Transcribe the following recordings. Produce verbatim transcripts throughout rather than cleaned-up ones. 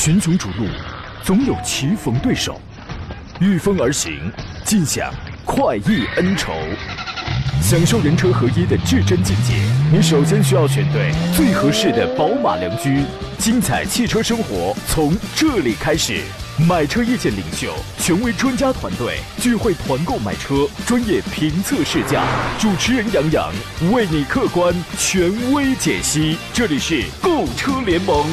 群雄逐鹿，总有棋逢对手，御风而行，尽享快意恩仇。享受人车合一的至臻境界，你首先需要选对最合适的宝马良驹。精彩汽车生活从这里开始。买车意见领袖，权威专家团队聚会团购买车，专业评测试驾，主持人杨洋为你客观权威解析。这里是购车联盟。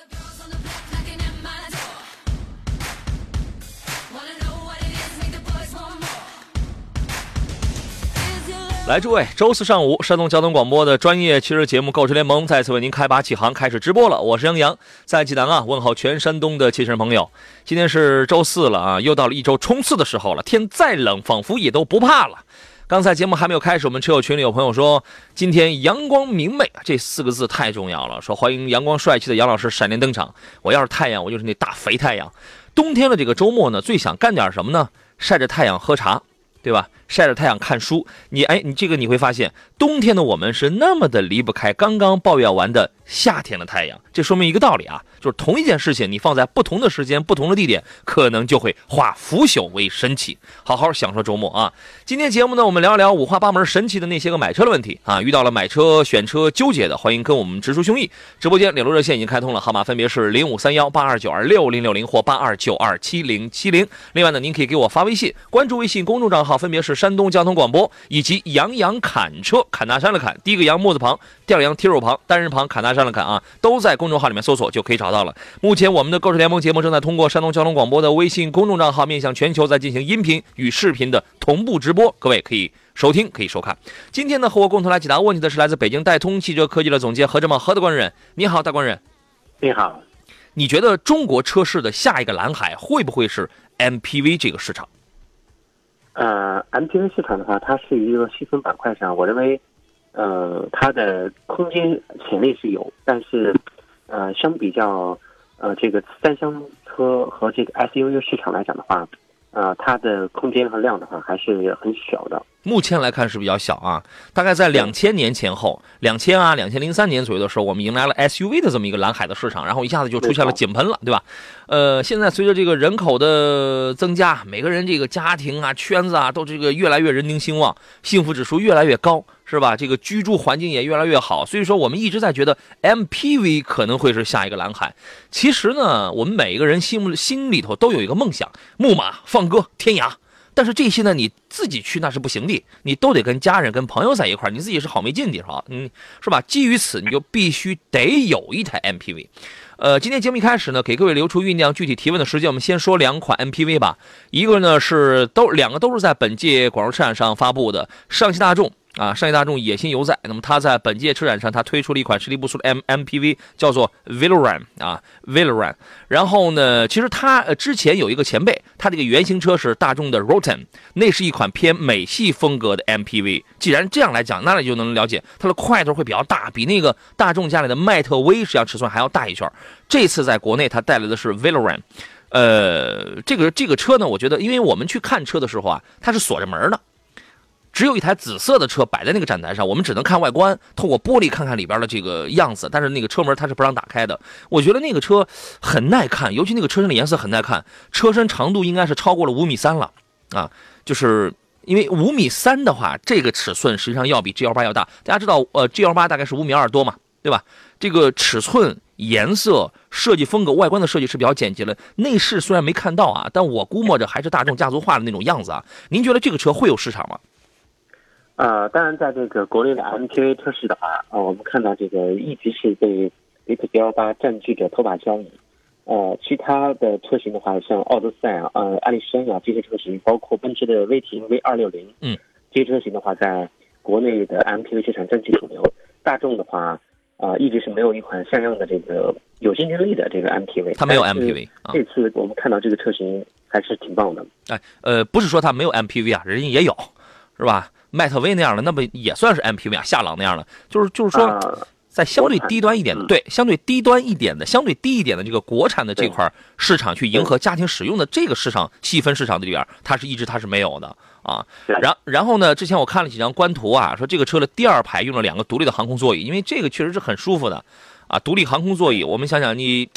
来，诸位，周四上午，山东交通广播的专业汽车节目《购车联盟》再次为您开拔启航，开始直播了。我是杨洋，在济南啊，问候全山东的汽车朋友。今天是周四了啊，又到了一周冲刺的时候了。天再冷，仿佛也都不怕了。刚才节目还没有开始，我们车友群里有朋友说，今天阳光明媚，这四个字太重要了。说欢迎阳光帅气的杨老师闪电登场。我要是太阳，我就是那大肥太阳。冬天的这个周末呢，最想干点什么呢？晒着太阳喝茶。对吧？晒着太阳看书，你哎，你这个你会发现，冬天的我们是那么的离不开刚刚抱怨完的夏天的太阳。这说明一个道理啊，就是同一件事情，你放在不同的时间、不同的地点，可能就会化腐朽为神奇。好好享受周末啊！今天节目呢，我们聊一聊五花八门神奇的那些个买车的问题啊。遇到了买车、选车纠结的，欢迎跟我们直抒胸臆。直播间联络热线已经开通了，号码分别是零五三幺八二九二六零六零或八二九二七零七零。另外呢，您可以给我发微信，关注微信公众账号。分别是山东交通广播以及杨洋侃车，侃大山的侃，第一个杨木字旁，第二个杨提手旁，单人旁，侃大山的侃啊，都在公众号里面搜索就可以找到了。目前我们的购车联盟节目正在通过山东交通广播的微信公众账号面向全球在进行音频与视频的同步直播，各位可以收听，可以收看。今天呢，和我共同来解答问题的是来自北京戴通汽车科技的总监何志茂何大官人。你好，大官人。 你好。 你觉得中国车市的下一个蓝海会不会是 M P V 这个市场？ 呃 ，M P V 市场的话，它是一个细分板块上，我认为，呃，它的空间潜力是有，但是，呃，相比较，呃，这个三厢车和这个 S U V 市场来讲的话，呃，它的空间和量的话还是很小的。 目前来看是比较小啊，大概在两千年前后，两千啊，两千零三年左右的时候，我们迎来了 S U V 的这么一个蓝海的市场，然后一下子就出现了井喷了，对吧？呃，现在随着这个人口的增加，每个人这个家庭啊、圈子啊，都这个越来越人丁兴旺，幸福指数越来越高，是吧？这个居住环境也越来越好，所以说我们一直在觉得 M P V 可能会是下一个蓝海。其实呢，我们每一个人心目心里头都有一个梦想，牧马、放歌、天涯。但是这些呢，你自己去那是不行的，你都得跟家人、跟朋友在一块儿，你自己是好没劲的，是吧？嗯，是吧？基于此，你就必须得有一台 M P V。呃，今天节目一开始呢，给各位留出酝酿具体提问的时间，我们先说两款 M P V 吧。一个呢是都两个都是在本届广州车展上发布的，上汽大众。啊，上汽大众野心犹在。那么它在本届车展上，它推出了一款实力不俗的 M MPV， 叫做 Veloran 啊 Veloran。然后呢，其实它呃之前有一个前辈，它这个原型车是大众的 Rotan， 那是一款偏美系风格的 M P V。既然这样来讲，那你就能了解它的块头会比较大，比那个大众家里的迈特威实际上尺寸还要大一圈。这次在国内它带来的是 Veloran。呃，这个这个车呢，我觉得，因为我们去看车的时候啊，它是锁着门的。只有一台紫色的车摆在那个展台上，我们只能看外观，透过玻璃看看里边的这个样子，但是那个车门它是不让打开的。我觉得那个车很耐看，尤其那个车身的颜色很耐看，车身长度应该是超过了五米三了啊，就是因为五米三的话，这个尺寸实际上要比 G L 八 要大。大家知道，呃 ，G L 八 大概是五米二多嘛，对吧？这个尺寸、颜色、设计风格、外观的设计是比较简洁的。内饰虽然没看到啊，但我估摸着还是大众家族化的那种样子啊。您觉得这个车会有市场吗？ 呃，当然，在这个国内的 M P V 车市的话，呃，我们看到这个一直是被雷克 G L 八占据着头把交椅。呃，其他的车型的话，像奥德赛啊、呃、艾力绅啊这些车型，包括奔驰的威霆 V 二六零， 嗯， 这些车型的话，在国内的 M P V 市场占据主流。大众的话，啊、呃，一直是没有一款像样的这个有竞争力的这个 M P V。 它没有 M P V 啊。 这次我们看到这个车型还是挺棒的。 哎，呃，不是说它没有 M P V 啊，人家也有，是吧？迈特威那样的，那不也算是 M P V 啊？夏朗那样的，就是就是说，在相对低端一点的，对，相对低端一点的，相对低一点的这个国产的这块市场，去迎合家庭使用的这个市场细分市场的里边，它是一直它是没有的啊。然然后呢，之前我看了几张官图啊，说这个车的第二排用了两个独立的航空座椅，因为这个确实是很舒服的啊，独立航空座椅。我们想想你。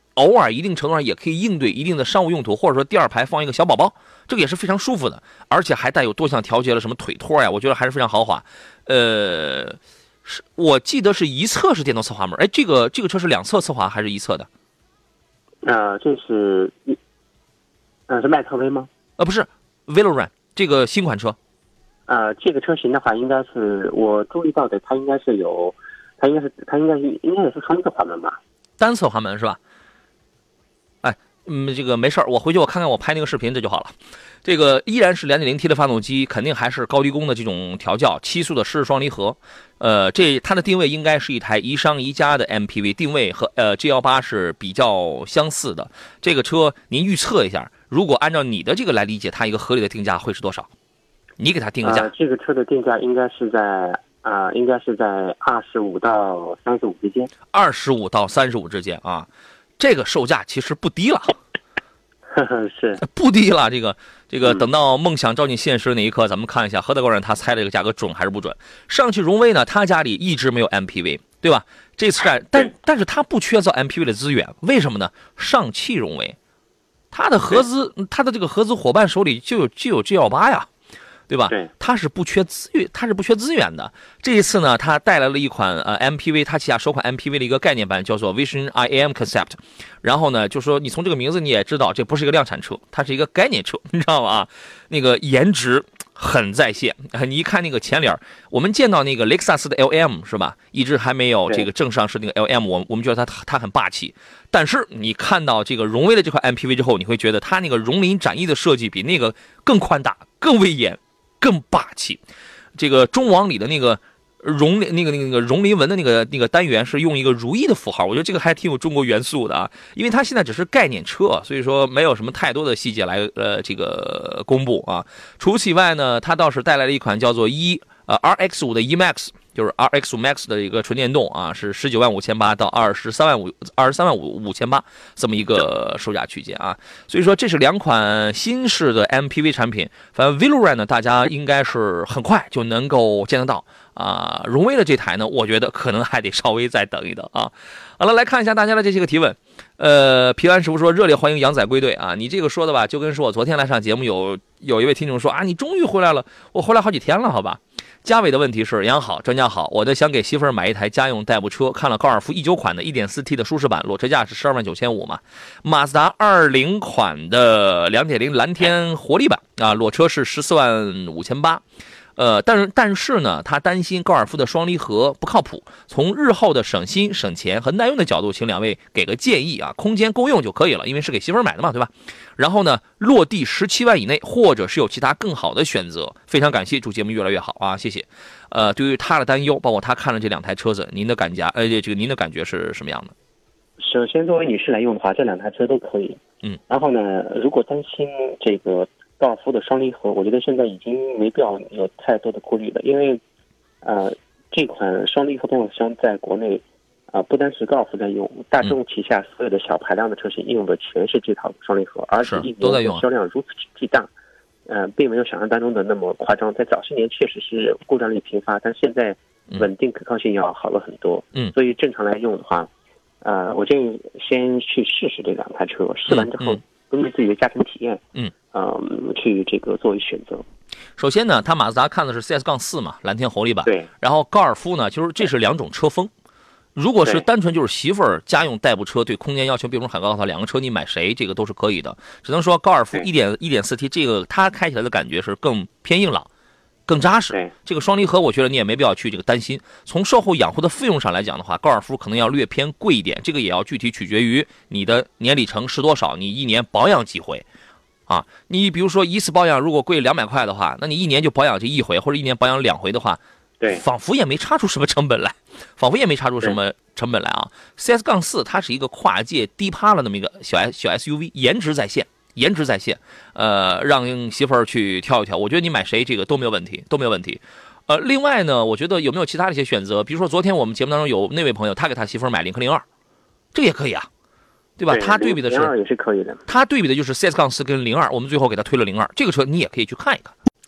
偶尔一定程度上也可以应对一定的商务用途，或者说第二排放一个小宝宝，这个也是非常舒服的，而且还带有多项调节了，什么腿托呀，我觉得还是非常豪华。呃，是我记得是一侧是电动侧滑门，哎，这个这个车是两侧侧滑还是一侧的？ 呃，这是一，呃，是迈特威吗？ 呃，不是 Veloran 这个新款车。 呃，这个车型的话，应该是我注意到的，它应该是有，它应该是它应该是应该也是双侧滑门吧？ 单侧滑门是吧？哎，嗯，这个没事儿，我回去我看看我拍那个视频，这就好了。这个依然是 两点零 T 的发动机，肯定还是高低功的这种调教，七速的湿式双离合。呃，这它的定位应该是一台宜商宜家的 M P V， 定位和呃 G 一八是比较相似的。这个车您预测一下，如果按照你的这个来理解，它一个合理的定价会是多少？你给它定个价。 呃、这个车的定价应该是在啊、呃，应该是在二十五到三十五之间。 二十五到三十五之间啊，这个售价其实不低了。 是不低了，这个这个等到梦想照进现实那一刻，咱们看一下何德高人他猜的这个价格准还是不准。上汽荣威呢，他家里一直没有 M P V， 对吧？这次战，但但是他不缺造 M P V 的资源，为什么呢？上汽荣威，他的合资，他的这个合资伙伴手里就有就有 G 一八呀。对吧？ 对， 它是不缺资源，它是不缺资源的。这一次呢，它带来了一款呃 M P V， 它旗下首款 M P V 的一个概念版，叫做 Vision I M Concept。然后呢，就说你从这个名字你也知道，这不是一个量产车，它是一个概念车，你知道吗？那个颜值很在线。你一看那个前脸，我们见到那个雷克萨斯的 L M 是吧？一直还没有这个正上市那个 L M， 我我们觉得它它很霸气。但是你看到这个荣威的这款 M P V 之后，你会觉得它那个荣麟展翼的设计比那个更宽大、更威严。更霸气，这个中网里的那个荣那个那个那个荣麟纹的那个那个单元是用一个如意的符号，我觉得这个还挺有中国元素的啊。因为它现在只是概念车，所以说没有什么太多的细节来呃这个公布啊。除此以外呢，它倒是带来了一款叫做 E 呃 R X 五的 E Max， 就是 R X 五 Max 的一个纯电动啊，是十九万五千八到二十三万五二十三万五五千八这么一个售价区间啊。所以说这是两款新式的 M P V 产品，反正 Veloran 呢，大家应该是很快就能够见得到啊。荣威的这台呢，我觉得可能还得稍微再等一等啊。好了，来看一下大家的这些个提问。呃，平安师傅说热烈欢迎杨仔归队啊！你这个说的吧，就跟说我昨天来上节目有有一位听众说啊，你终于回来了，我回来好几天了，好吧？嘉伟的问题是：杨好，专家好，我的想给媳妇儿买一台家用代步车，看了高尔夫一九款的 一点四 T 的舒适版，裸车价是十二万九千五嘛？马自达二零款的 两点零 蓝天活力版啊，裸车是十四万五千八。呃，但是但是呢，他担心高尔夫的双离合不靠谱。从日后的省心、省钱和耐用的角度，请两位给个建议啊。空间够用就可以了，因为是给媳妇儿买的嘛，对吧？然后呢，落地十七万以内，或者是有其他更好的选择。非常感谢，祝节目越来越好啊，谢谢。呃，对于他的担忧，包括他看了这两台车子，您的感觉，呃，这个您的感觉是什么样的？ 首先，作为女士来用的话，这两台车都可以。 嗯。 然后呢，如果担心这个高尔夫的双离合，我觉得现在已经没必要有太多的顾虑了，因为，呃，这款双离合变速箱在国内，啊、呃，不单是高尔夫在用，大众旗下所有的小排量的车型用的全是这套双离合，而且一年的销量如此巨大，呃，并没有想象当中的那么夸张。在早些年确实是故障率频发，但现在稳定可靠性要好了很多。 嗯， 所以正常来用的话，呃，我建议先去试试这两台车，试完之后。嗯嗯根据自己的驾乘体验， 嗯， 呃，去这个作为选择。 首先呢，他马自达看的是 C S 四 嘛，蓝天活力版。 对。 然后高尔夫呢，就是这是两种车风。如果是单纯就是媳妇儿家用代步车，对空间要求并不是很高的话，两个车你买谁这个都是可以的。只能说高尔夫一点一点四 T 这个它开起来的感觉是更偏硬朗。更扎实，这个双离合我觉得你也没必要去这个担心。从售后养护的费用上来讲的话，高尔夫可能要略偏贵一点，这个也要具体取决于你的年里程是多少，你一年保养几回啊？你比如说一次保养如果贵两百块的话，那你一年就保养这一回，或者一年保养两回的话， 对， 仿佛也没差出什么成本来，仿佛也没差出什么成本来啊。C S 四 它是一个跨界低趴了那么一个小 S 小 S U V， 颜值在线。颜值在线，呃，让媳妇儿去挑一挑，我觉得你买谁这个都没有问题，都没有问题。呃，另外呢，我觉得有没有其他的一些选择？比如说昨天我们节目当中有那位朋友，他给他媳妇儿买领克零二，这个也可以啊，对吧？ 对他对比的是零二也是可以的， 他对比的就是 C S 四 跟零二，我们最后给他推了零二，这个车你也可以去看一看。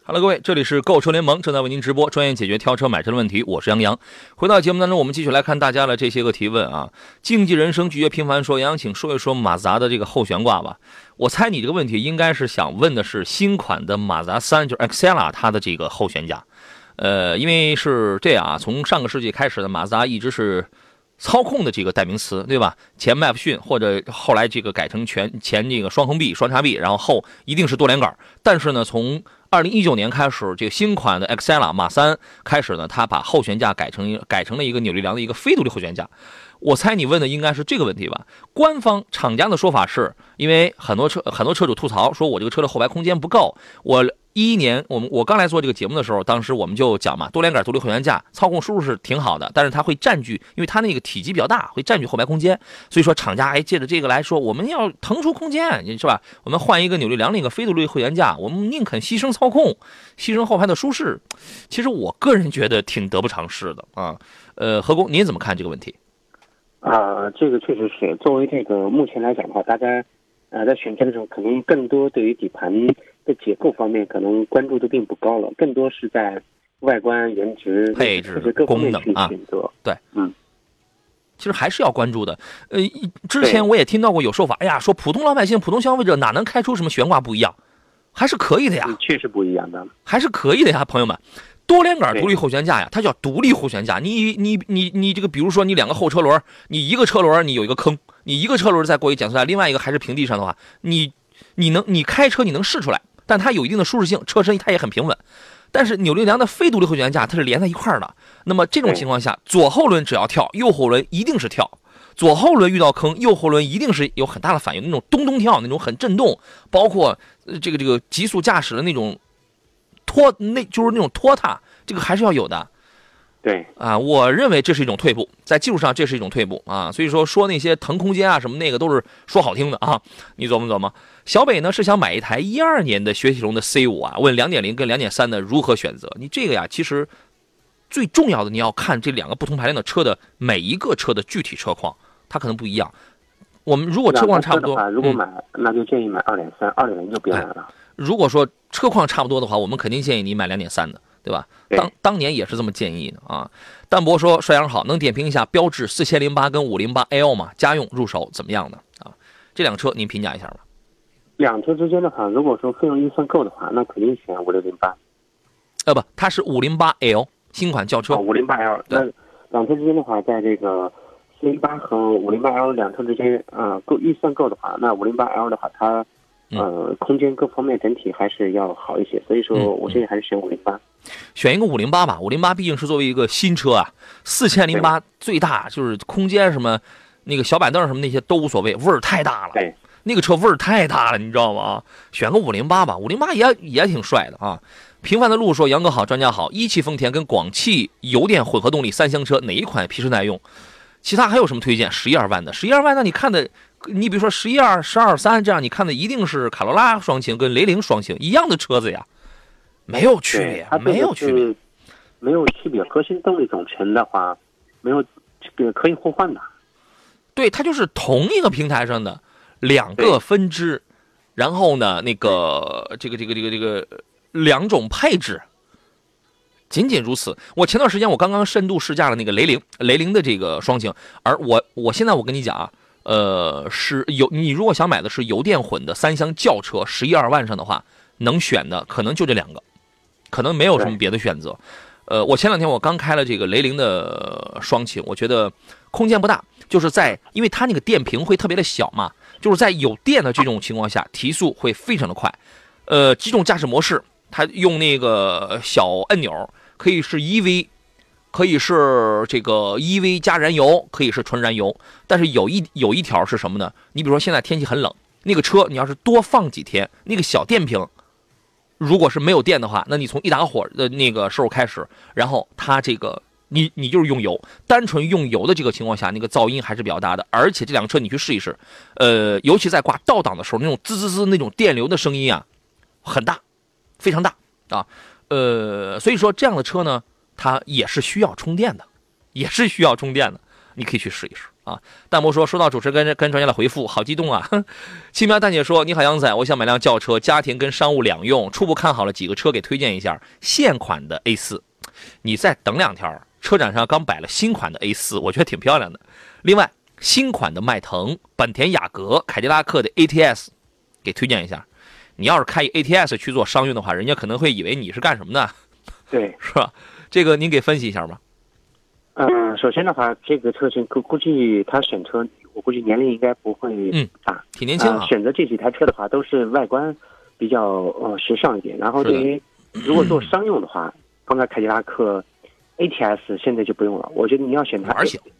哈喽，各位，这里是购车联盟，正在为您直播，专业解决挑车买车的问题。我是杨洋。回到节目当中，我们继续来看大家的这些个提问啊。竞技人生拒绝频繁说，杨洋，请说一说马自达的这个后悬挂吧。我猜你这个问题应该是想问的是新款的马自达三，就是 X L 它的这个后悬架。呃，因为是这样啊，从上个世纪开始的马自达一直是操控的这个代名词，对吧？前麦弗逊，或者后来这个改成全前这个双横臂、双叉臂，然后后一定是多连杆。但是呢，从二零一九年开始，这个新款的 X L 马三开始呢，它把后悬架改成改成了一个扭力梁的一个非独立后悬架。我猜你问的应该是这个问题吧？官方厂家的说法是，因为很多车很多车主吐槽说，我这个车的后排空间不够。我一一年我们我刚来做这个节目的时候，当时我们就讲嘛，多连杆独立后悬架操控输入是挺好的，但是它会占据，因为它那个体积比较大，会占据后排空间。所以说厂家还借着这个来说，我们要腾出空间，是吧？我们换一个扭力梁那个非独立后悬架，我们宁肯牺牲操控，牺牲后排的舒适。其实我个人觉得挺得不偿失的啊。呃，何工，您怎么看这个问题？ 啊、呃，这个确实是。作为这个目前来讲的话，大家呃在选车的时候，可能更多对于底盘的结构方面，可能关注度并不高了，更多是在外观、颜值、 配置、 各方面去功能啊选择。 对， 嗯。 其实还是要关注的。呃，之前我也听到过有说法，哎呀，说普通老百姓、普通消费者哪能开出什么悬挂不一样，还是可以的呀， 确实不一样的， 还是可以的呀，朋友们。多连杆独立后悬架呀，它叫独立后悬架。你你你你这个，比如说你两个后车轮，你一个车轮你有一个坑，你一个车轮再过一减速带，另外一个还是平地上的话，你你能你开车你能试出来，但它有一定的舒适性，车身它也很平稳。但是扭力梁的非独立后悬架它是连在一块儿的，那么这种情况下，左后轮只要跳，右后轮一定是跳。左后轮遇到坑，右后轮一定是有很大的反应，那种咚咚跳，那种很震动，包括这个这个急速驾驶的那种拖，那就是那种拖沓，这个还是要有的。 对啊，我认为这是一种退步，在技术上这是一种退步啊。所以说说那些腾空间啊什么那个都是说好听的啊，你琢磨琢磨。小北呢是想买一台一二年的雪铁龙的 C 五 啊，问两点零跟两点三的如何选择？你这个呀，其实最重要的你要看这两个不同排量的车的每一个车的具体车况，它可能不一样。我们如果车况差不多， 如果买、嗯、那就建议买二点三，二点零就别买了、哎。 如果说车况差不多的话，我们肯定建议你买两点三的，对吧？当当年也是这么建议的啊。淡博说：“帅阳好，能点评一下标致四千零八跟五零八 L 吗？家用入手怎么样呢？啊，这辆车您评价一下吧。” 两车之间的话，如果说费用预算够的话，那肯定选五六零八。 呃不，它是五零八 L 新款轿车。 五零八 L。那两车之间的话，在这个四零八和五零八 L 两车之间，啊、呃，够预算够的话，那五零八 L 的话，它呃空间各方面整体还是要好一些，所以说我建议还是选五零八。 选一个五零八吧，五零八毕竟是作为一个新车啊，四千零八最大就是空间什么，那个小板凳什么那些都无所谓，味儿太大了。 对。 那个车味儿太大了，你知道吗？选个五零八吧，五零八也也挺帅的啊。平凡的路说：“杨哥好，专家好。一汽丰田跟广汽油电混合动力三厢车哪一款皮实耐用？其他还有什么推荐？十一二万的，十一二万那你看的，你比如说十一二、十二三这样，你看的一定是卡罗拉双擎跟雷凌双擎一样的车子呀，没有区别，没有区别， 没有区别。核心动力总成的话，没有这个可以互换的。 对，它就是同一个平台上的。”两个分支，然后呢，那个这个这个这个这个两种配置，仅仅如此。我前段时间我刚刚深度试驾了那个雷凌，雷凌的这个双擎，而我我现在我跟你讲啊，呃，是有你如果想买的是油电混的三厢轿车，十一二万上的话，能选的可能就这两个，可能没有什么别的选择。呃，我前两天我刚开了这个雷凌的双擎，我觉得空间不大，就是在因为它那个电瓶会特别的小嘛。就是在有电的这种情况下，提速会非常的快。呃，几种驾驶模式，它用那个小按钮，可以是 E V， 可以是这个 E V 加燃油，可以是纯燃油。但是有一有一条是什么呢？你比如说现在天气很冷，那个车你要是多放几天，那个小电瓶，如果是没有电的话，那你从一打火的那个时候开始，然后它这个。你你就是用油，单纯用油的这个情况下，那个噪音还是比较大的。而且这辆车你去试一试，呃，尤其在挂倒档的时候，那种滋滋滋那种电流的声音啊，很大，非常大啊。呃，所以说这样的车呢，它也是需要充电的，也是需要充电的。你可以去试一试啊。 啊。弹幕说收到主持人跟跟专家的回复，好激动啊！轻描淡写说你好杨仔，我想买辆轿车，家庭跟商务两用，初步看好了几个车，给推荐一下。现款的 A 四，你再等两天，车展上刚摆了新款的 A 四，我觉得挺漂亮的。另外新款的迈腾、本田雅阁、凯迪拉克的 A T S， 给推荐一下。你要是开 A T S 去做商用的话，人家可能会以为你是干什么的， 对， 是吧？这个您给分析一下吧。 嗯、呃，首先的话，这个车型估估计他选车，我估计年龄应该不会大， 嗯，挺年轻啊、 呃。选择这几台车的话，都是外观比较呃时尚一点。然后对于如果做商用的话，刚才凯迪拉克 A T S 现在就不用了。我觉得你要选它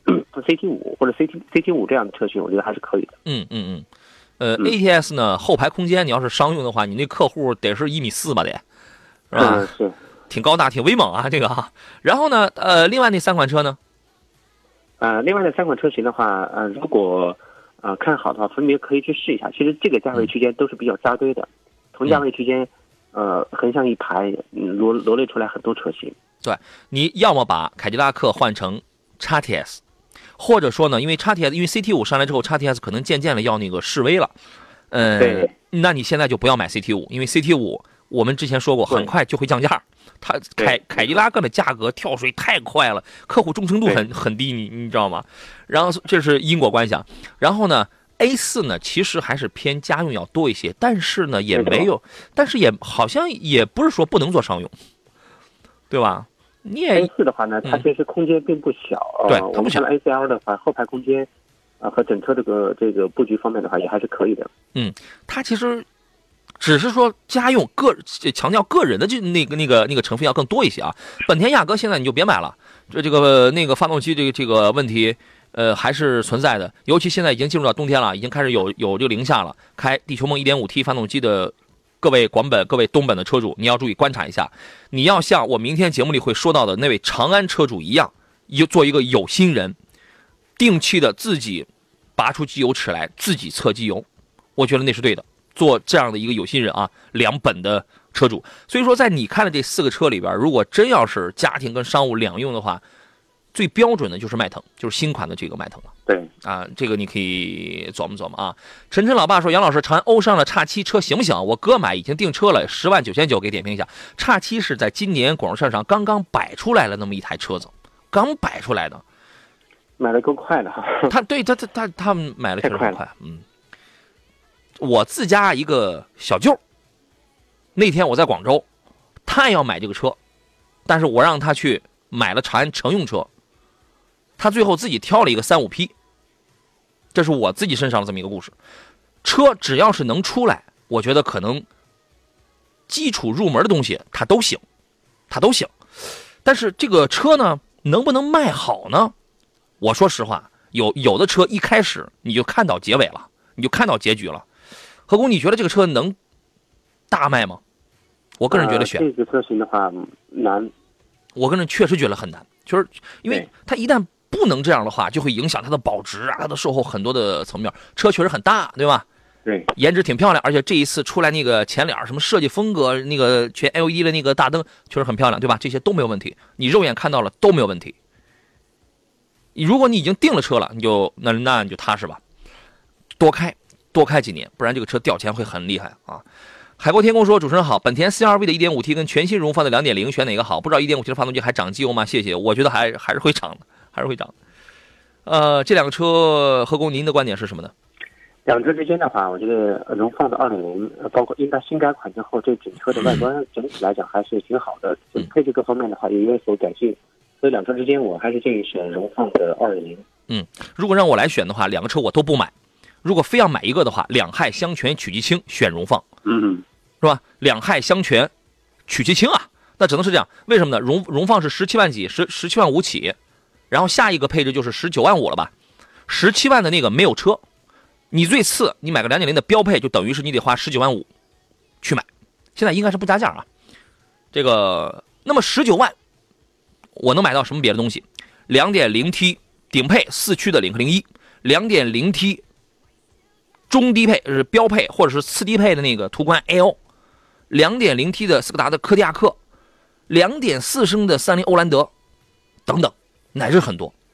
C T 五或者 C T C T 五这样的车型，我觉得还是可以的。 嗯嗯嗯。呃、嗯、，A T S 呢，后排空间你要是商用的话，你那客户得是一米四吧，得，是吧？ 嗯，是， 挺高大，挺威猛啊，这个哈。然后呢，呃，另外那三款车呢？ 呃，另外的三款车型的话，呃，如果呃看好的话，分别可以去试一下。其实这个价位区间都是比较扎堆的，同价位区间，呃，横向一排，嗯、罗罗列出来很多车型。 对，你要么把凯迪拉克换成 X T S。或者说呢，因为 X T S， 因为 C T 五 上来之后 ，X T S 可能渐渐的要那个示威了，嗯、呃， 对， 那你现在就不要买 C T 五，因为 C T 五 我们之前说过，很快就会降价，它凯凯迪拉克的价格跳水太快了，客户忠诚度很很低，你你知道吗？然后这是因果关系啊。然后呢 ，A 四 呢其实还是偏家用要多一些，但是呢也没有，但是也好像也不是说不能做商用，对吧？你也 A 四 的话呢，它其实空间并不小。 嗯、对，它不小。 我们 A C L 的话，后排空间啊、呃、和整车这个这个布局方面的话，也还是可以的。 嗯，它其实只是说家用个强调个人的这那个那个那个成分要更多一些啊。本田雅阁现在你就别买了，这这个那个发动机这个这个问题，呃还是存在的。尤其现在已经进入到冬天了，已经开始有有这个零下了，开地球梦 一点五 T 发动机的。各位广本、各位东本的车主，你要注意观察一下，你要像我明天节目里会说到的那位长安车主一样，就做一个有心人，定期的自己拔出机油尺来，自己测机油，我觉得那是对的。做这样的一个有心人啊，两本的车主。所以说，在你看的这四个车里边，如果真要是家庭跟商务两用的话，最标准的就是迈腾，就是新款的这个迈腾了。 对啊，这个你可以琢磨琢磨啊。晨晨老爸说：“杨老师，长安欧尚的 X 七 车行不行？我哥买已经订车了，十万九千九，给点评一下。X 七 是在今年广州车上刚刚摆出来了那么一台车子，刚摆出来的， 买的够快的哈。 他对他他他他们买了确实很快，嗯。我自家一个小舅，那天我在广州，他也要买这个车，但是我让他去买了长安乘用车。”他最后自己挑了一个三五 P， 这是我自己身上的这么一个故事。车只要是能出来，我觉得可能基础入门的东西它都行，它都行。但是这个车呢，能不能卖好呢？我说实话，有有的车一开始你就看到结尾了，你就看到结局了。何工，你觉得这个车能大卖吗？我个人觉得选、 呃、这个车型的话难， 我个人确实觉得很难，就是因为它一旦不能这样的话，就会影响它的保值啊，它的售后很多的层面。车确实很大，对吧？ 对， 颜值挺漂亮，而且这一次出来那个前脸什么设计风格，那个全 L E D 的那个大灯确实很漂亮，对吧？这些都没有问题，你肉眼看到了都没有问题。如果你已经订了车了，你就那那你就踏实吧，多开多开几年，不然这个车掉钱会很厉害啊。海阔天空说：“主持人好，本田 C R V 的 一点五 T 跟全新荣放的 两点零 选哪个好？不知道 一点五 T 的发动机还涨机油吗？谢谢。我觉得还还是会涨的，还是会涨的。呃，这两个车，何工您的观点是什么呢？ 两车之间的话，我觉得荣放的 二点零， 包括应该新改款之后，这整车的外观整体来讲还是挺好的， 嗯、 配置各方面的话也有所改进。所以两车之间，我还是建议选荣放的 二点零。 嗯，如果让我来选的话，两个车我都不买。如果非要买一个的话，两害相权取其轻，选荣放。 嗯。 是吧？两害相权，取其轻啊，那只能是这样。为什么呢？荣荣放是十七万几，十十七万五起，然后下一个配置就是十九万五了吧？十七万的那个没有车，你最次你买个两点零的标配，就等于是你得花十九万五去买。现在应该是不加价啊。这个，那么十九万，我能买到什么别的东西？两点零 T 顶配四驱的领克零一，两点零 T 中低配是标配或者是次低配的那个途观 L。两点零 T 的斯柯达的柯迪亚克，两点四升的三菱欧蓝德，等等，乃至很多。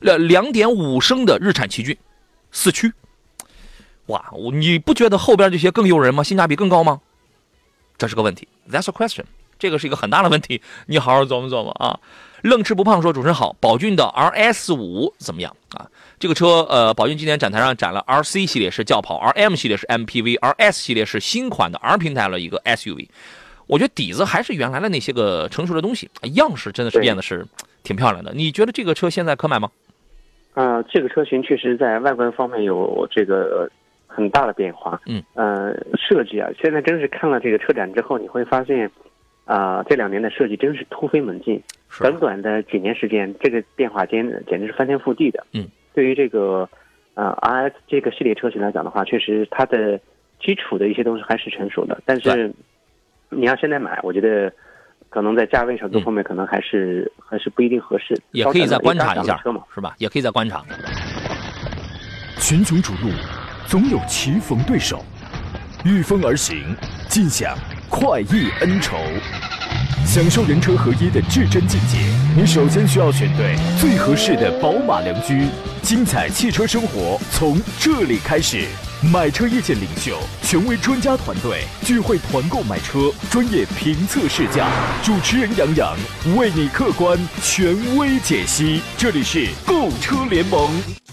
两两点五升的日产奇骏，四驱。哇，你不觉得后边这些更诱人吗？性价比更高吗？这是个问题 ，That's a question， 这个是一个很大的问题，你好好琢磨琢磨啊。愣吃不胖说主持人好，宝骏的 R S 五 怎么样啊？这个车呃，宝骏今年展台上展了 R C 系列是轿跑 ，R M 系列是 M P V，R S 系列是新款的 R 平台了一个 S U V。我觉得底子还是原来的那些个成熟的东西，样式真的是变得是挺漂亮的。你觉得这个车现在可买吗？ 呃，这个车型确实在外观方面有这个很大的变化。 嗯， 呃，设计啊，现在真是看了这个车展之后，你会发现，啊、呃，这两年的设计真是突飞猛进。短短的几年时间，这个变化间简直是翻天覆地的。 嗯， 对于这个呃 R S 这个系列车型来讲的话，确实它的基础的一些东西还是成熟的，但是你要现在买，我觉得可能在价位上各方面可能还是、嗯、还是不一定合适。 也可以再观察一下，是吧？也可以再观察。 群雄逐鹿，总有棋逢对手，御风而行，尽享快意恩仇。享受人车合一的至臻境界，你首先需要选对最合适的宝马良驹。精彩汽车生活从这里开始。买车意见领袖，权威专家团队聚会团购买车，专业评测试驾，主持人杨洋为你客观权威解析。这里是购车联盟。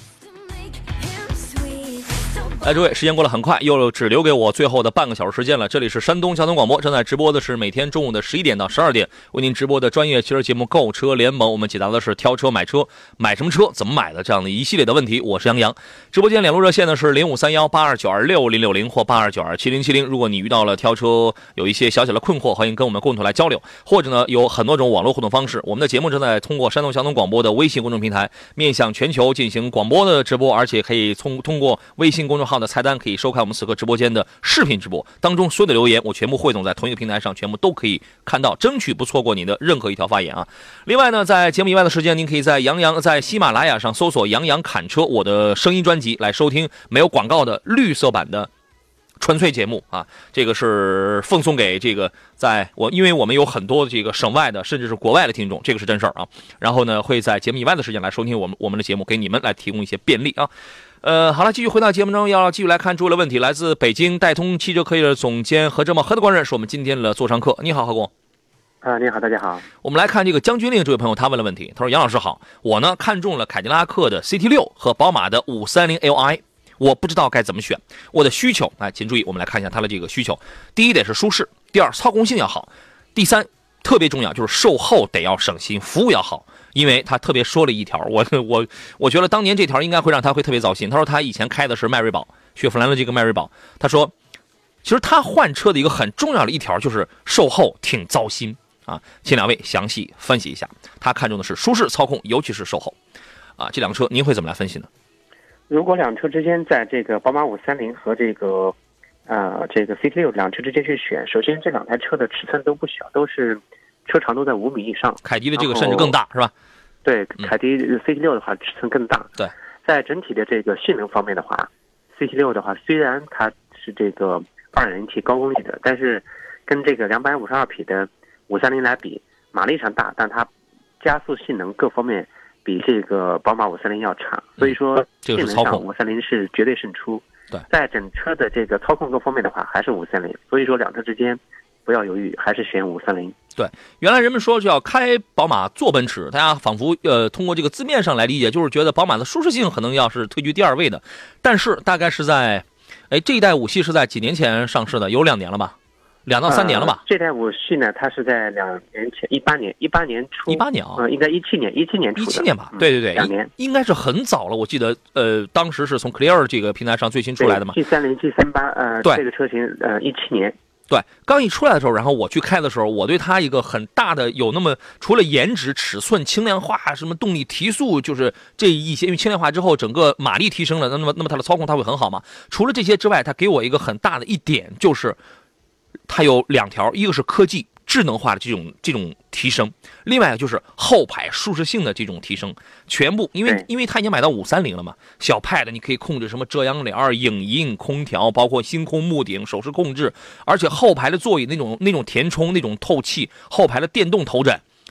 哎，诸位，时间过得很快，又只留给我最后的半个小时时间了。这里是山东交通广播，正在直播的是每天中午的十一点到十二点为您直播的专业汽车节目《购车联盟》。我们解答的是挑车、买车、买什么车、怎么买的这样的一系列的问题。我是杨洋，直播间两路热线呢是零五三幺八二九二六零六零或八二九二七零七零。如果你遇到了挑车有一些小小的困惑，欢迎跟我们共同来交流。或者呢，有很多种网络互动方式。我们的节目正在通过山东交通广播的微信公众平台面向全球进行广播的直播，而且可以通通过微信公众号的菜单可以收看我们此刻直播间的视频直播当中所有的留言，我全部汇总在同一个平台上，全部都可以看到，争取不错过你的任何一条发言啊。另外呢，在节目以外的时间，您可以在杨洋在喜马拉雅上搜索杨洋侃车我的声音专辑来收听没有广告的绿色版的纯粹节目啊，这个是奉送给这个在我，因为我们有很多这个省外的甚至是国外的听众，这个是真事儿啊。然后呢，会在节目以外的时间来收听我们我们的节目，给你们来提供一些便利啊。呃，好了，继续回到节目中，要继续来看诸位的问题。来自北京戴通汽车科技的总监何志茂何德官人是我们今天的座上客。你好，何工。 啊，你好，大家好。 我们来看这个将军令这位朋友，他问了问题，他说：“杨老师好，我呢看中了凯迪拉克的 C T 六 和宝马的五三零 L I， 我不知道该怎么选。我的需求，哎，请注意，我们来看一下他的这个需求。第一得是舒适，第二操控性要好，第三特别重要就是售后得要省心，服务要好。”因为他特别说了一条，我我我觉得当年这条应该会让他会特别糟心。他说他以前开的是迈锐宝，雪佛兰的这个迈锐宝。他说，其实他换车的一个很重要的一条就是售后挺糟心啊。请两位详细分析一下，他看重的是舒适、操控，尤其是售后啊。这两个车您会怎么来分析呢？ 如果两车之间在这个宝马五三零和这个呃这个 C T 六 两车之间去选，首先这两台车的尺寸都不小，都是。车长都在五米以上， 凯迪的这个甚至更大，是吧？ 对，凯迪 C T 六 的话尺寸更大。 对， 在整体的这个性能方面的话 ，C T 六 的话虽然它是这个二点零 T 高功率的，但是跟这个两百五十二匹的五三零来比，马力上大，但它加速性能各方面比这个宝马五三零要差，所以说性能上五三零是绝对胜出。 对， 在整车的这个操控各方面的话，还是五三零，所以说两车之间。不要犹豫，还是选五三零。 对，原来人们说是要开宝马坐奔驰，大家仿佛呃通过这个字面上来理解，就是觉得宝马的舒适性可能要是退居第二位的。但是大概是在，哎，这一代五系是在几年前上市的，有两年了吧，两到三年了吧？ 呃、这代五系呢，它是在两年前，一八年，一八年初， 一八年啊， 呃，应该一七年，一七年出的， 一七年吧？对对对， 两年， 应该是很早了。我记得，呃，当时是从 Clear 这个平台上最新出来的嘛 ，G 三零、G 三八，呃， 对， 这个车型，呃，一七年。 对，刚一出来的时候，然后我去开的时候，我对它一个很大的有那么除了颜值、尺寸、轻量化、什么动力提速，就是这一些，因为轻量化之后，整个马力提升了，那么那么它的操控它会很好嘛。除了这些之外，它给我一个很大的一点就是，它有两条，一个是科技智能化的这种这种提升，另外就是后排舒适性的这种提升，全部因为因为它已经买到五三零了嘛，小派的你可以控制什么遮阳帘、影音、空调，包括星空幕顶、手势控制，而且后排的座椅那种那种填充、那种透气，后排的电动头枕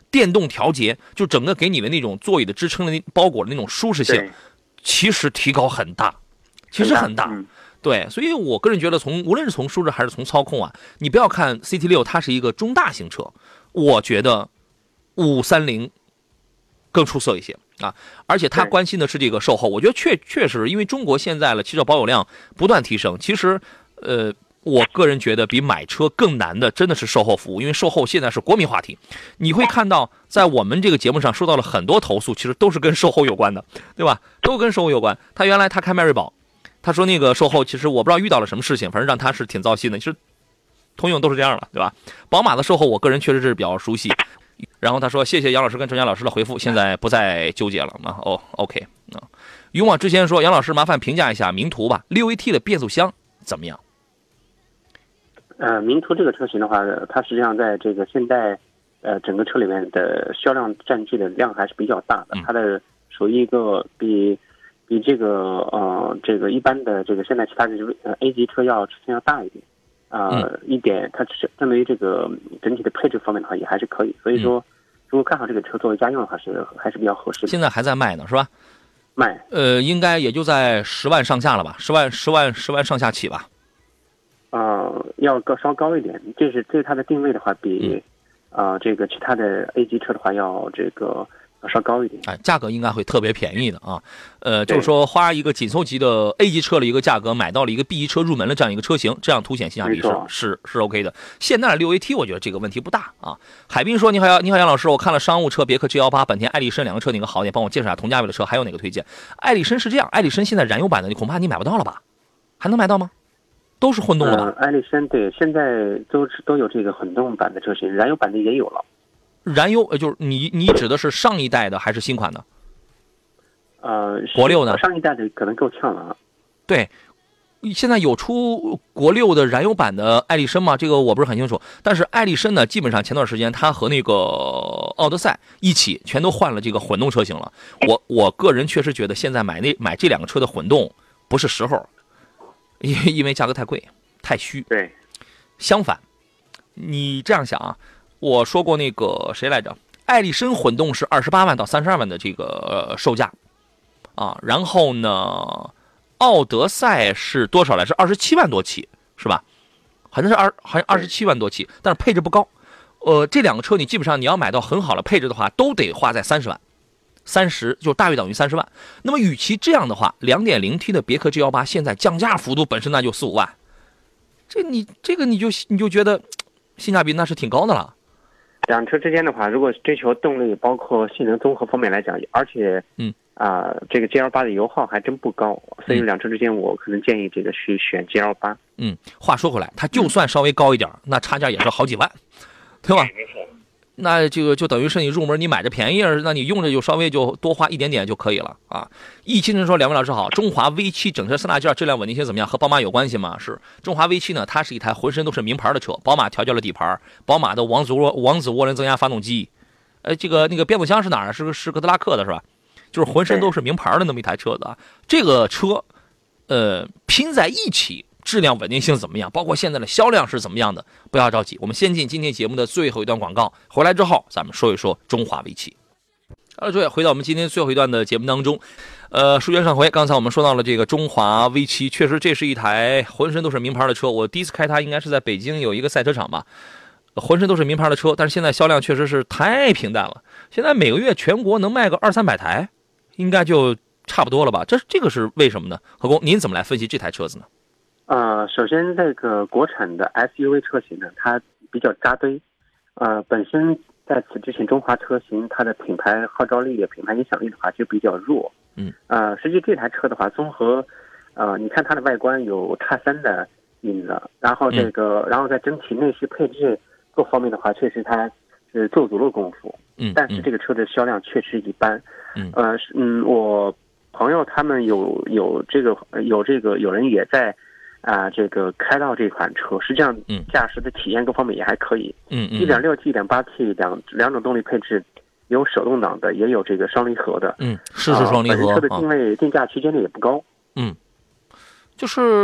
电动调节，就整个给你的那种座椅的支撑的那包裹的那种舒适性，其实提高很大，其实很大。嗯、对，所以我个人觉得从，无论是从舒适还是从操控啊，你不要看 C T 六它是一个中大型车，我觉得五三零更出色一些啊，而且他关心的是这个售后，我觉得确确实，因为中国现在了汽车保有量不断提升，其实呃。我个人觉得比买车更难的真的是售后服务，因为售后现在是国民话题。你会看到在我们这个节目上收到了很多投诉，其实都是跟售后有关的，对吧？都跟售后有关。他原来他开迈锐宝，他说那个售后其实我不知道遇到了什么事情，反正让他是挺糟心的。其实通用都是这样了，对吧？宝马的售后我个人确实是比较熟悉。然后他说谢谢杨老师跟郑佳老师的回复，现在不再纠结了啊。哦 ，OK 啊。勇往直前说，杨老师麻烦评价一下名图吧， 六 A T 的变速箱怎么样？ 呃，名图这个车型的话，它实际上在这个现代，呃，整个车里面的销量占据的量还是比较大的。它的属于一个比比这个呃这个一般的这个现在其他的呃 A 级车要车型要大一点。呃，一点它是针对于这个整体的配置方面的话也还是可以。所以说，如果看好这个车作为家用的话，是还是比较合适的。 现在还在卖呢，是吧？ 卖。 呃，应该也就在十万上下了吧？十万十万十万上下起吧。 呃，要高稍高一点，这是对它的定位的话，比，嗯、呃这个其他的 A 级车的话要这个要稍高一点。 哎，价格应该会特别便宜的啊。呃，就是说花一个紧凑级的 A 级车的一个价格，买到了一个 B 级车入门的这样一个车型，这样凸显性价比是是是 OK 的。现代的 六 A T 我觉得这个问题不大啊。海滨说：“你好，你好，杨老师，我看了商务车别克 G 一八、本田艾力绅两个车哪个好点？帮我介绍下同价位的车，还有哪个推荐？”艾力绅是这样，艾力绅现在燃油版的，你恐怕你买不到了吧？还能买到吗？都是混动的吧？ 呃，艾力绅对，现在都都有这个混动版的车型，燃油版的也有了。 燃油呃，就是你你指的是上一代的还是新款的？ 呃， 国六呢？ 上一代的可能够呛了啊。 对，现在有出国六的燃油版的艾力绅吗？这个我不是很清楚。但是艾力绅呢，基本上前段时间它和那个奥德赛一起全都换了这个混动车型了。我我个人确实觉得现在买那买这两个车的混动不是时候。因因为价格太贵，太虚。 对， 相反，你这样想啊，我说过那个谁来着？艾力绅混动是二十八万到三十二万的这个、呃、售价啊，然后呢，奥德赛是多少来着？二十七万多起，是吧？好像是二，好像二十七万多起，但是配置不高。呃，这两个车你基本上你要买到很好的配置的话，都得花在三十万。三十就大约等于三十万。那么与其这样的话 ，二点零 T 的别克 G 一八 现在降价幅度本身那就四五万，这你这个你就你就觉得性价比那是挺高的了。 两车之间的话，如果追求动力包括性能综合方面来讲，而且嗯啊、呃，这个 G 一八 的油耗还真不高，所以两车之间我可能建议这个去选 G 一八。 嗯，话说回来，它就算稍微高一点，嗯、那差价也是好几万，对吧？ 没错。 那这个就等于是你入门，你买着便宜，那你用着就稍微就多花一点点就可以了啊。易清晨说：“两位老师好，中华 V 七整车三大件质量稳定性怎么样？和宝马有关系吗？”是，中华 V 七呢，它是一台浑身都是名牌的车，宝马调教了底盘，宝马的王子涡王子涡轮增压发动机，呃，这个那个变速箱是哪儿？是个是哥德拉克的是吧？就是浑身都是名牌的那么一台车子啊。这个车，呃，拼在一起。质量稳定性怎么样？包括现在的销量是怎么样的？不要着急，我们先进今天节目的最后一段广告，回来之后咱们说一说中华 V 七。好，诸位，回到我们今天最后一段的节目当中，呃，书接上回，刚才我们说到了这个中华 V 七，确实这是一台浑身都是名牌的车。我第一次开它应该是在北京有一个赛车场吧，浑身都是名牌的车，但是现在销量确实是太平淡了。现在每个月全国能卖个二三百台，应该就差不多了吧？这这个是为什么呢？何工，您怎么来分析这台车子呢？ 呃，首先这个国产的 S U V 车型呢，它比较扎堆，呃，本身在此之前中华车型它的品牌号召力、品牌影响力的话就比较弱， 嗯， 呃，实际这台车的话，综合，呃，你看它的外观有叉三的影子，然后这个，嗯、然后在整体内饰配置各方面的话，确实它是做足了功夫， 嗯， 但是这个车的销量确实一般， 嗯， 呃，嗯，我朋友他们有有这个有这个有人也在。啊、呃，这个开到这款车，实际上， 嗯， 驾驶的体验各方面也还可以。 嗯嗯。 一点六 T、一点八 T 两两种动力配置，有手动挡的，也有这个双离合的。 嗯，是是双离合。 呃、本车的定位、啊、定价区间呢也不高。 嗯，就是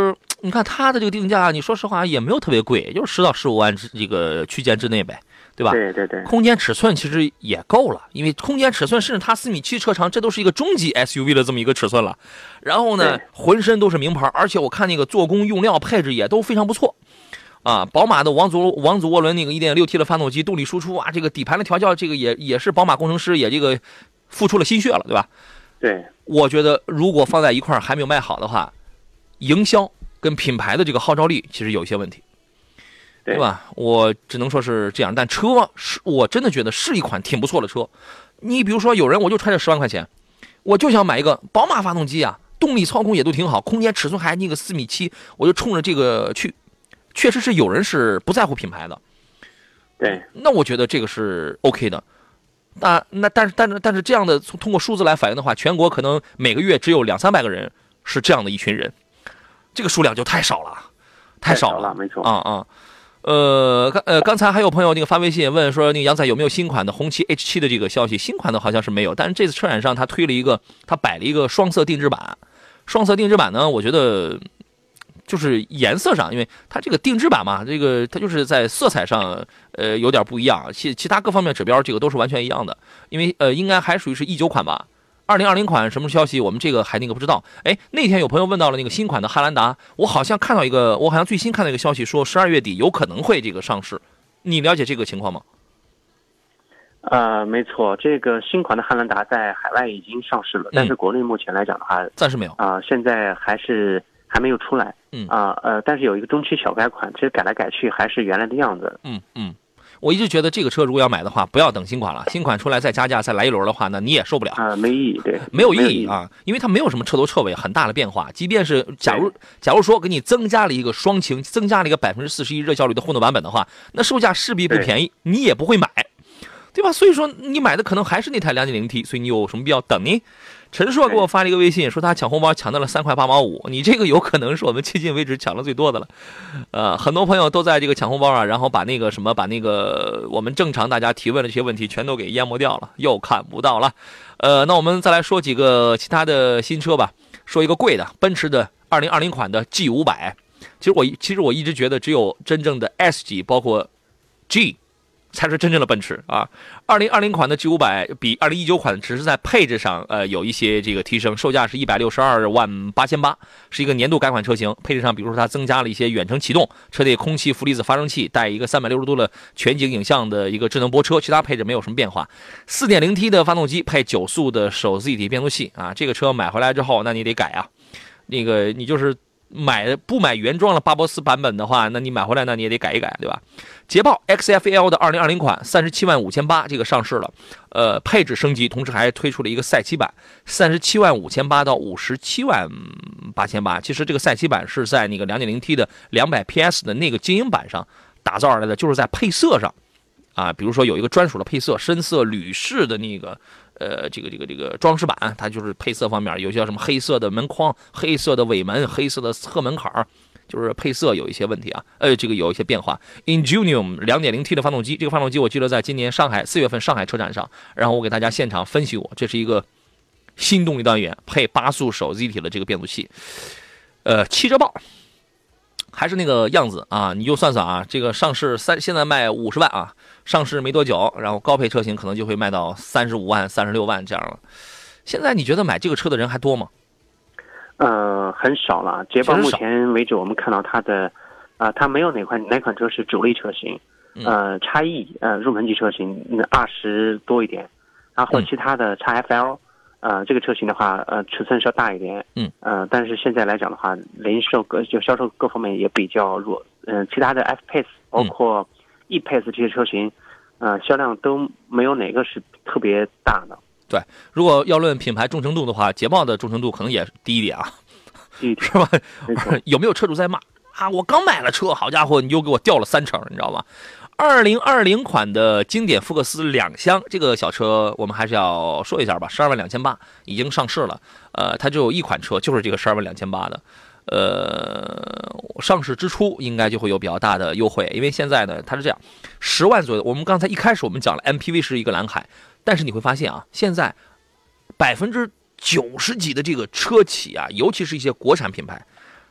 你看它的这个定价，你说实话也没有特别贵，也就是十到十五万之这个区间之内呗，对吧？ 对对对。 空间尺寸其实也够了，因为空间尺寸甚至它四米七车长，这都是一个中级 S U V 的这么一个尺寸了。然后呢，浑身都是名牌，而且我看那个做工、用料、配置也都非常不错。啊，宝马的王祖王祖涡轮那个 一点六 T 的发动机，动力输出啊，这个底盘的调教，这个也也是宝马工程师也这个付出了心血了，对吧？ 对， 我觉得如果放在一块儿还没有卖好的话，营销跟品牌的这个号召力其实有一些问题，对吧？我只能说是这样，但车是我真的觉得是一款挺不错的车。你比如说有人我就揣着十万块钱，我就想买一个宝马发动机啊，动力操控也都挺好，空间尺寸还那个四米七，我就冲着这个去。确实是有人是不在乎品牌的， 对， 那我觉得这个是 OK 的。那那但是但是但是这样的通过数字来反映的话，全国可能每个月只有两三百个人是这样的一群人，这个数量就太少了，太少了， 没错啊啊。呃，刚呃刚才还有朋友那个发微信问说，那个杨仔有没有新款的红旗 H 七 的这个消息？新款的好像是没有，但是这次车展上他推了一个，他摆了一个双色定制版。双色定制版呢，我觉得。就是颜色上，因为它这个定制版嘛，这个它就是在色彩上，呃，有点不一样，其其他各方面指标这个都是完全一样的，因为呃，应该还属于是一九款吧，二零二零款什么消息，我们这个还那个不知道。哎，那天有朋友问到了那个新款的汉兰达，我好像看到一个，我好像最新看到一个消息说十二月底有可能会这个上市，你了解这个情况吗？ 呃，没错，这个新款的汉兰达在海外已经上市了，但是国内目前来讲的话， 暂时没有啊、呃，现在还是。还没有出来， 嗯啊 呃, 呃，但是有一个中期小改款，其实改来改去还是原来的样子。 嗯嗯，我一直觉得这个车如果要买的话，不要等新款了，新款出来再加价再来一轮的话，那你也受不了啊、呃，没意义，对， 没有意义啊，因为它没有什么彻头彻尾很大的变化。即便是假如假如说给你增加了一个双擎，增加了一个百分之四十一热效率的混动版本的话，那售价势必不便宜，你也不会买，对吧？所以说你买的可能还是那台 两点零 T， 所以你有什么必要等呢？陈硕给我发了一个微信，说他抢红包抢到了三块八毛五，你这个有可能是我们迄今为止抢的最多的了。呃，很多朋友都在这个抢红包啊，然后把那个什么，把那个我们正常大家提问的这些问题全都给淹没掉了，又看不到了。呃，那我们再来说几个其他的新车吧。说一个贵的，奔驰的二零二零款的 G 五百。其实我其实我一直觉得只有真正的 S 级，包括 G。才是真正的奔驰啊！二零二零款的 G 五百比二零一九款只是在配置上呃有一些这个提升，售价是一百六十二万八千八，是一个年度改款车型。配置上，比如说它增加了一些远程启动，车内空气负离子发生器，带一个三百六十度的全景影像的一个智能泊车，其他配置没有什么变化。四点零 T 的发动机配九速的手自一体变速器啊，这个车买回来之后，那你得改啊，那个你就是。买不买原装的巴博斯版本的话，那你买回来那你也得改一改，对吧？捷豹 X F L 的二零二零款三十七万五千八，这个上市了，呃，配置升级，同时还推出了一个赛期版，三十七万五千八到五十七万八千八。其实这个赛期版是在那个 两点零 T 的两百 P S 的那个精英版上打造而来的，就是在配色上啊，比如说有一个专属的配色，深色铝式的那个。呃，这个这个这个装饰板，它就是配色方面有些什么黑色的门框、黑色的尾门、黑色的侧门槛儿，就是配色有一些问题啊。呃，这个有一些变化。Ingenium 两点零 T 的发动机，这个发动机我记得在今年上海四月份上海车展上，然后我给大家现场分析过，这是一个新动力单元配八速手自一体的这个变速器。呃，汽车报还是那个样子啊，你就算算啊，这个上市三现在卖五十万啊。上市没多久，然后高配车型可能就会卖到三十五万、三十六万这样了。现在你觉得买这个车的人还多吗？ 呃，很少了。捷豹目前为止，我们看到它的，啊、呃，它没有哪款哪款车是主力车型，呃，叉 E 呃入门级车型二十多一点，然后其他的叉 F L，呃，这个车型的话，呃，尺寸稍大一点， 嗯， 呃，但是现在来讲的话，零售各就销售各方面也比较弱，嗯、呃，其他的 F-Pace 包括。E-Pace 这些车型，呃，销量都没有哪个是特别大的。 对，如果要论品牌忠诚度的话，捷豹的忠诚度可能也低一点啊， 低一点是吧？有没有车主在骂啊？我刚买了车，好家伙，你又给我掉了三成，你知道吗？二零二零款的经典福克斯两厢这个小车，我们还是要说一下吧，十二万两千八已经上市了。呃，它只有一款车，就是这个十二万两千八的。呃，上市之初应该就会有比较大的优惠，因为现在呢，它是这样，十万左右。我们刚才一开始我们讲了 M P V 是一个蓝海，但是你会发现啊，现在百分之九十几的这个车企啊，尤其是一些国产品牌，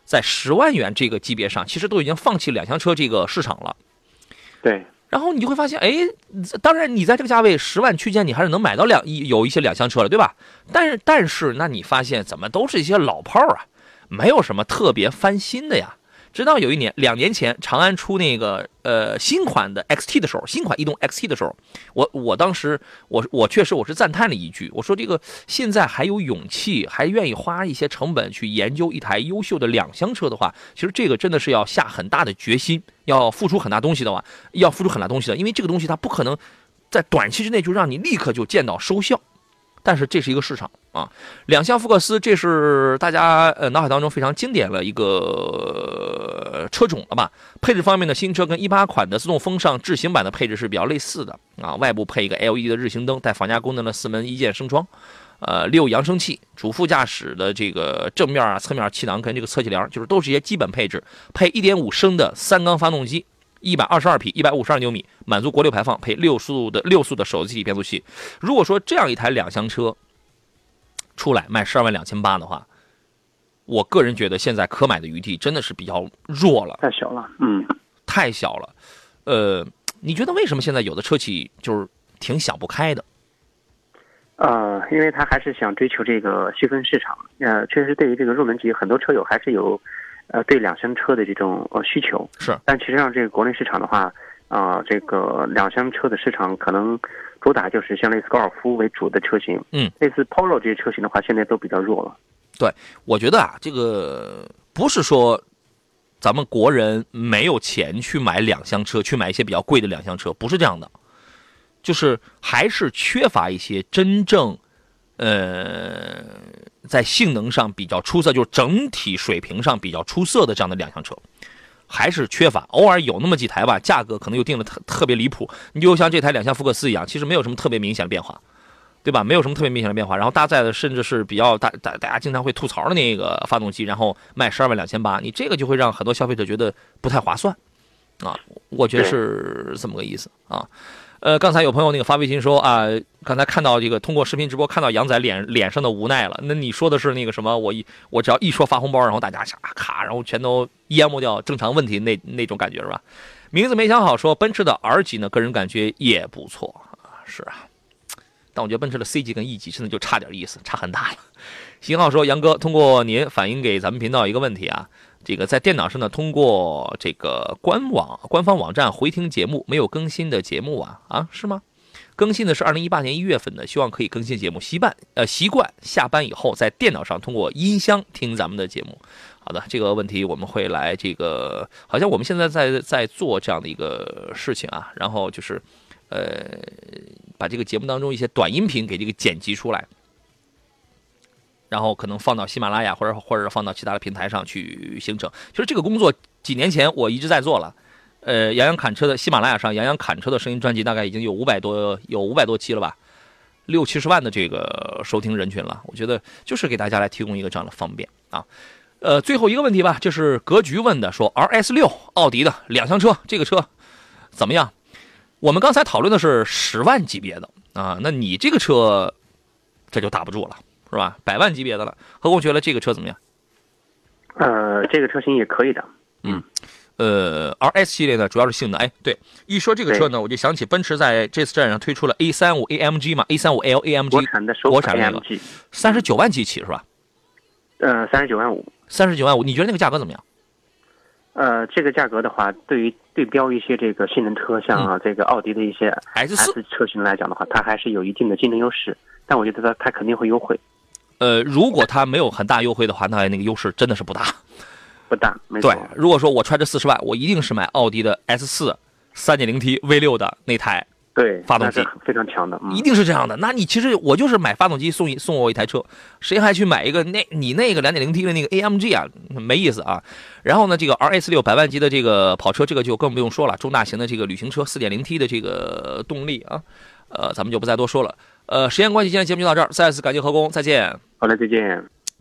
在十万元这个级别上，其实都已经放弃两厢车这个市场了。 对。 然后你就会发现，哎，当然你在这个价位十万区间，你还是能买到两有一些两厢车了，对吧？但是但是，那你发现怎么都是一些老炮啊，没有什么特别翻新的呀。直到有一年，两年前，长安出那个呃新款的 X T 的时候，新款逸动 X T 的时候，我我当时我我确实我是赞叹了一句，我说这个现在还有勇气，还愿意花一些成本去研究一台优秀的两厢车的话，其实这个真的是要下很大的决心，要付出很大东西的话，要付出很大东西的，因为这个东西它不可能在短期之内就让你立刻就见到收效。但是这是一个市场啊，两厢福克斯，这是大家呃脑海当中非常经典的一个车种了吧？配置方面的新车跟一八款的自动风尚智行版的配置是比较类似的啊，外部配一个 L E D 的日行灯，带防夹功能的四门一键升窗，呃，六扬声器，主副驾驶的这个正面啊、侧面气囊跟这个侧气帘，就是都是一些基本配置，配 一点五 升的三缸发动机。一百二十二匹，一百五十二牛米，满足国六排放，配六速的六速的手自一体变速器。如果说这样一台两厢车出来卖十二万两千八的话，我个人觉得现在可买的余地真的是比较弱了， 太小了，嗯， 太小了。呃，你觉得为什么现在有的车企就是挺想不开的？ 呃，因为他还是想追求这个细分市场。呃，确实对于这个入门级，很多车友还是有。呃，对两厢车的这种呃需求是， 但其实上这个国内市场的话，啊、呃，这个两厢车的市场可能主打就是像类似高尔夫为主的车型， 嗯， 类似 Polo 这些车型的话，现在都比较弱了。 对，我觉得啊，这个不是说咱们国人没有钱去买两厢车，去买一些比较贵的两厢车，不是这样的，就是还是缺乏一些真正，呃。在性能上比较出色，就是整体水平上比较出色的这样的两厢车，还是缺乏。偶尔有那么几台吧，价格可能又定的特特别离谱。你就像这台两厢福克斯一样，其实没有什么特别明显的变化，对吧？没有什么特别明显的变化。然后搭载的甚至是比较大大大家经常会吐槽的那个发动机，然后卖十二万两千八，你这个就会让很多消费者觉得不太划算啊。我觉得是这么个意思啊。呃，刚才有朋友那个发微信说啊，刚才看到这个通过视频直播看到杨仔脸脸上的无奈了。那你说的是那个什么？我一我只要一说发红包，然后大家咔，然后全都淹没掉正常问题那那种感觉是吧？名字没想好说，奔驰的 R 级呢，个人感觉也不错啊，是啊，但我觉得奔驰的 C 级跟 E 级真的就差点意思，差很大了。邢浩说，杨哥，通过您反映给咱们频道一个问题啊。这个在电脑上呢，通过这个官网官方网站回听节目，没有更新的节目啊啊是吗？更新的是二零一八年一月份的，希望可以更新节目。习惯呃习惯下班以后在电脑上通过音箱听咱们的节目。好的，这个问题我们会来这个，好像我们现在在在做这样的一个事情啊，然后就是呃把这个节目当中一些短音频给这个剪辑出来。然后可能放到喜马拉雅或者或者放到其他的平台上去形成。其实这个工作几年前我一直在做了，呃，杨洋侃车的喜马拉雅上，杨洋侃车的声音专辑大概已经有五百多有五百多期了吧，六七十万的这个收听人群了。我觉得就是给大家来提供一个这样的方便啊。呃，最后一个问题吧，就是格局问的，说 R S 六 奥迪的两厢车，这个车怎么样？我们刚才讨论的是十万级别的啊，那你这个车这就打不住了。是吧？百万级别的了，何工觉得这个车怎么样？ 呃，这个车型也可以的。 嗯，呃 ，R S 系列呢，主要是性能。哎，对，一说这个车呢，我就想起奔驰在这次站上推出了 A 三十五 A M G 嘛 ，A 三十五 L A M G 国产的首国产那个三十九万几起是吧？ 呃，三十九万五。 三十九万五，你觉得那个价格怎么样？ 呃，这个价格的话，对于对标一些这个性能车，像、啊、这个奥迪的一些 S 四 S 车型来讲的话，它还是有一定的竞争优势。但我觉得它它肯定会优惠。 呃，如果它没有很大优惠的话，那那个优势真的是不大， 不大，没错。 对，如果说我揣着四十万，我一定是买奥迪的 S 四 三点零 T V 六 的那台对发动机， 非常强的、嗯， 一定是这样的。那你其实我就是买发动机送一送我一台车，谁还去买一个那你那个 两点零 T 的那个 A M G 啊，没意思啊。然后呢，这个 R S 六 百万级的这个跑车，这个就更不用说了，中大型的这个旅行车 四点零 T 的这个动力啊，呃，咱们就不再多说了。呃，时间关系，今天节目就到这儿，再次感谢何工，再见。 好嘞，再见。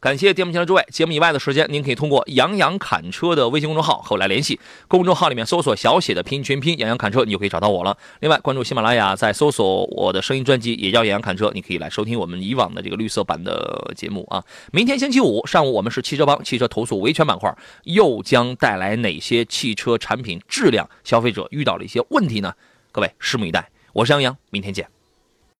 感谢节目前的诸位，节目以外的时间，您可以通过杨洋侃车的微信公众号和我来联系。公众号里面搜索小写的拼音全拼杨洋侃车，你就可以找到我了。另外，关注喜马拉雅，在搜索我的声音专辑也叫杨洋侃车，你可以来收听我们以往的这个绿色版的节目啊。明天星期五上午，我们是汽车帮汽车投诉维权板块，又将带来哪些汽车产品质量消费者遇到了一些问题呢？各位拭目以待。我是杨洋，明天见。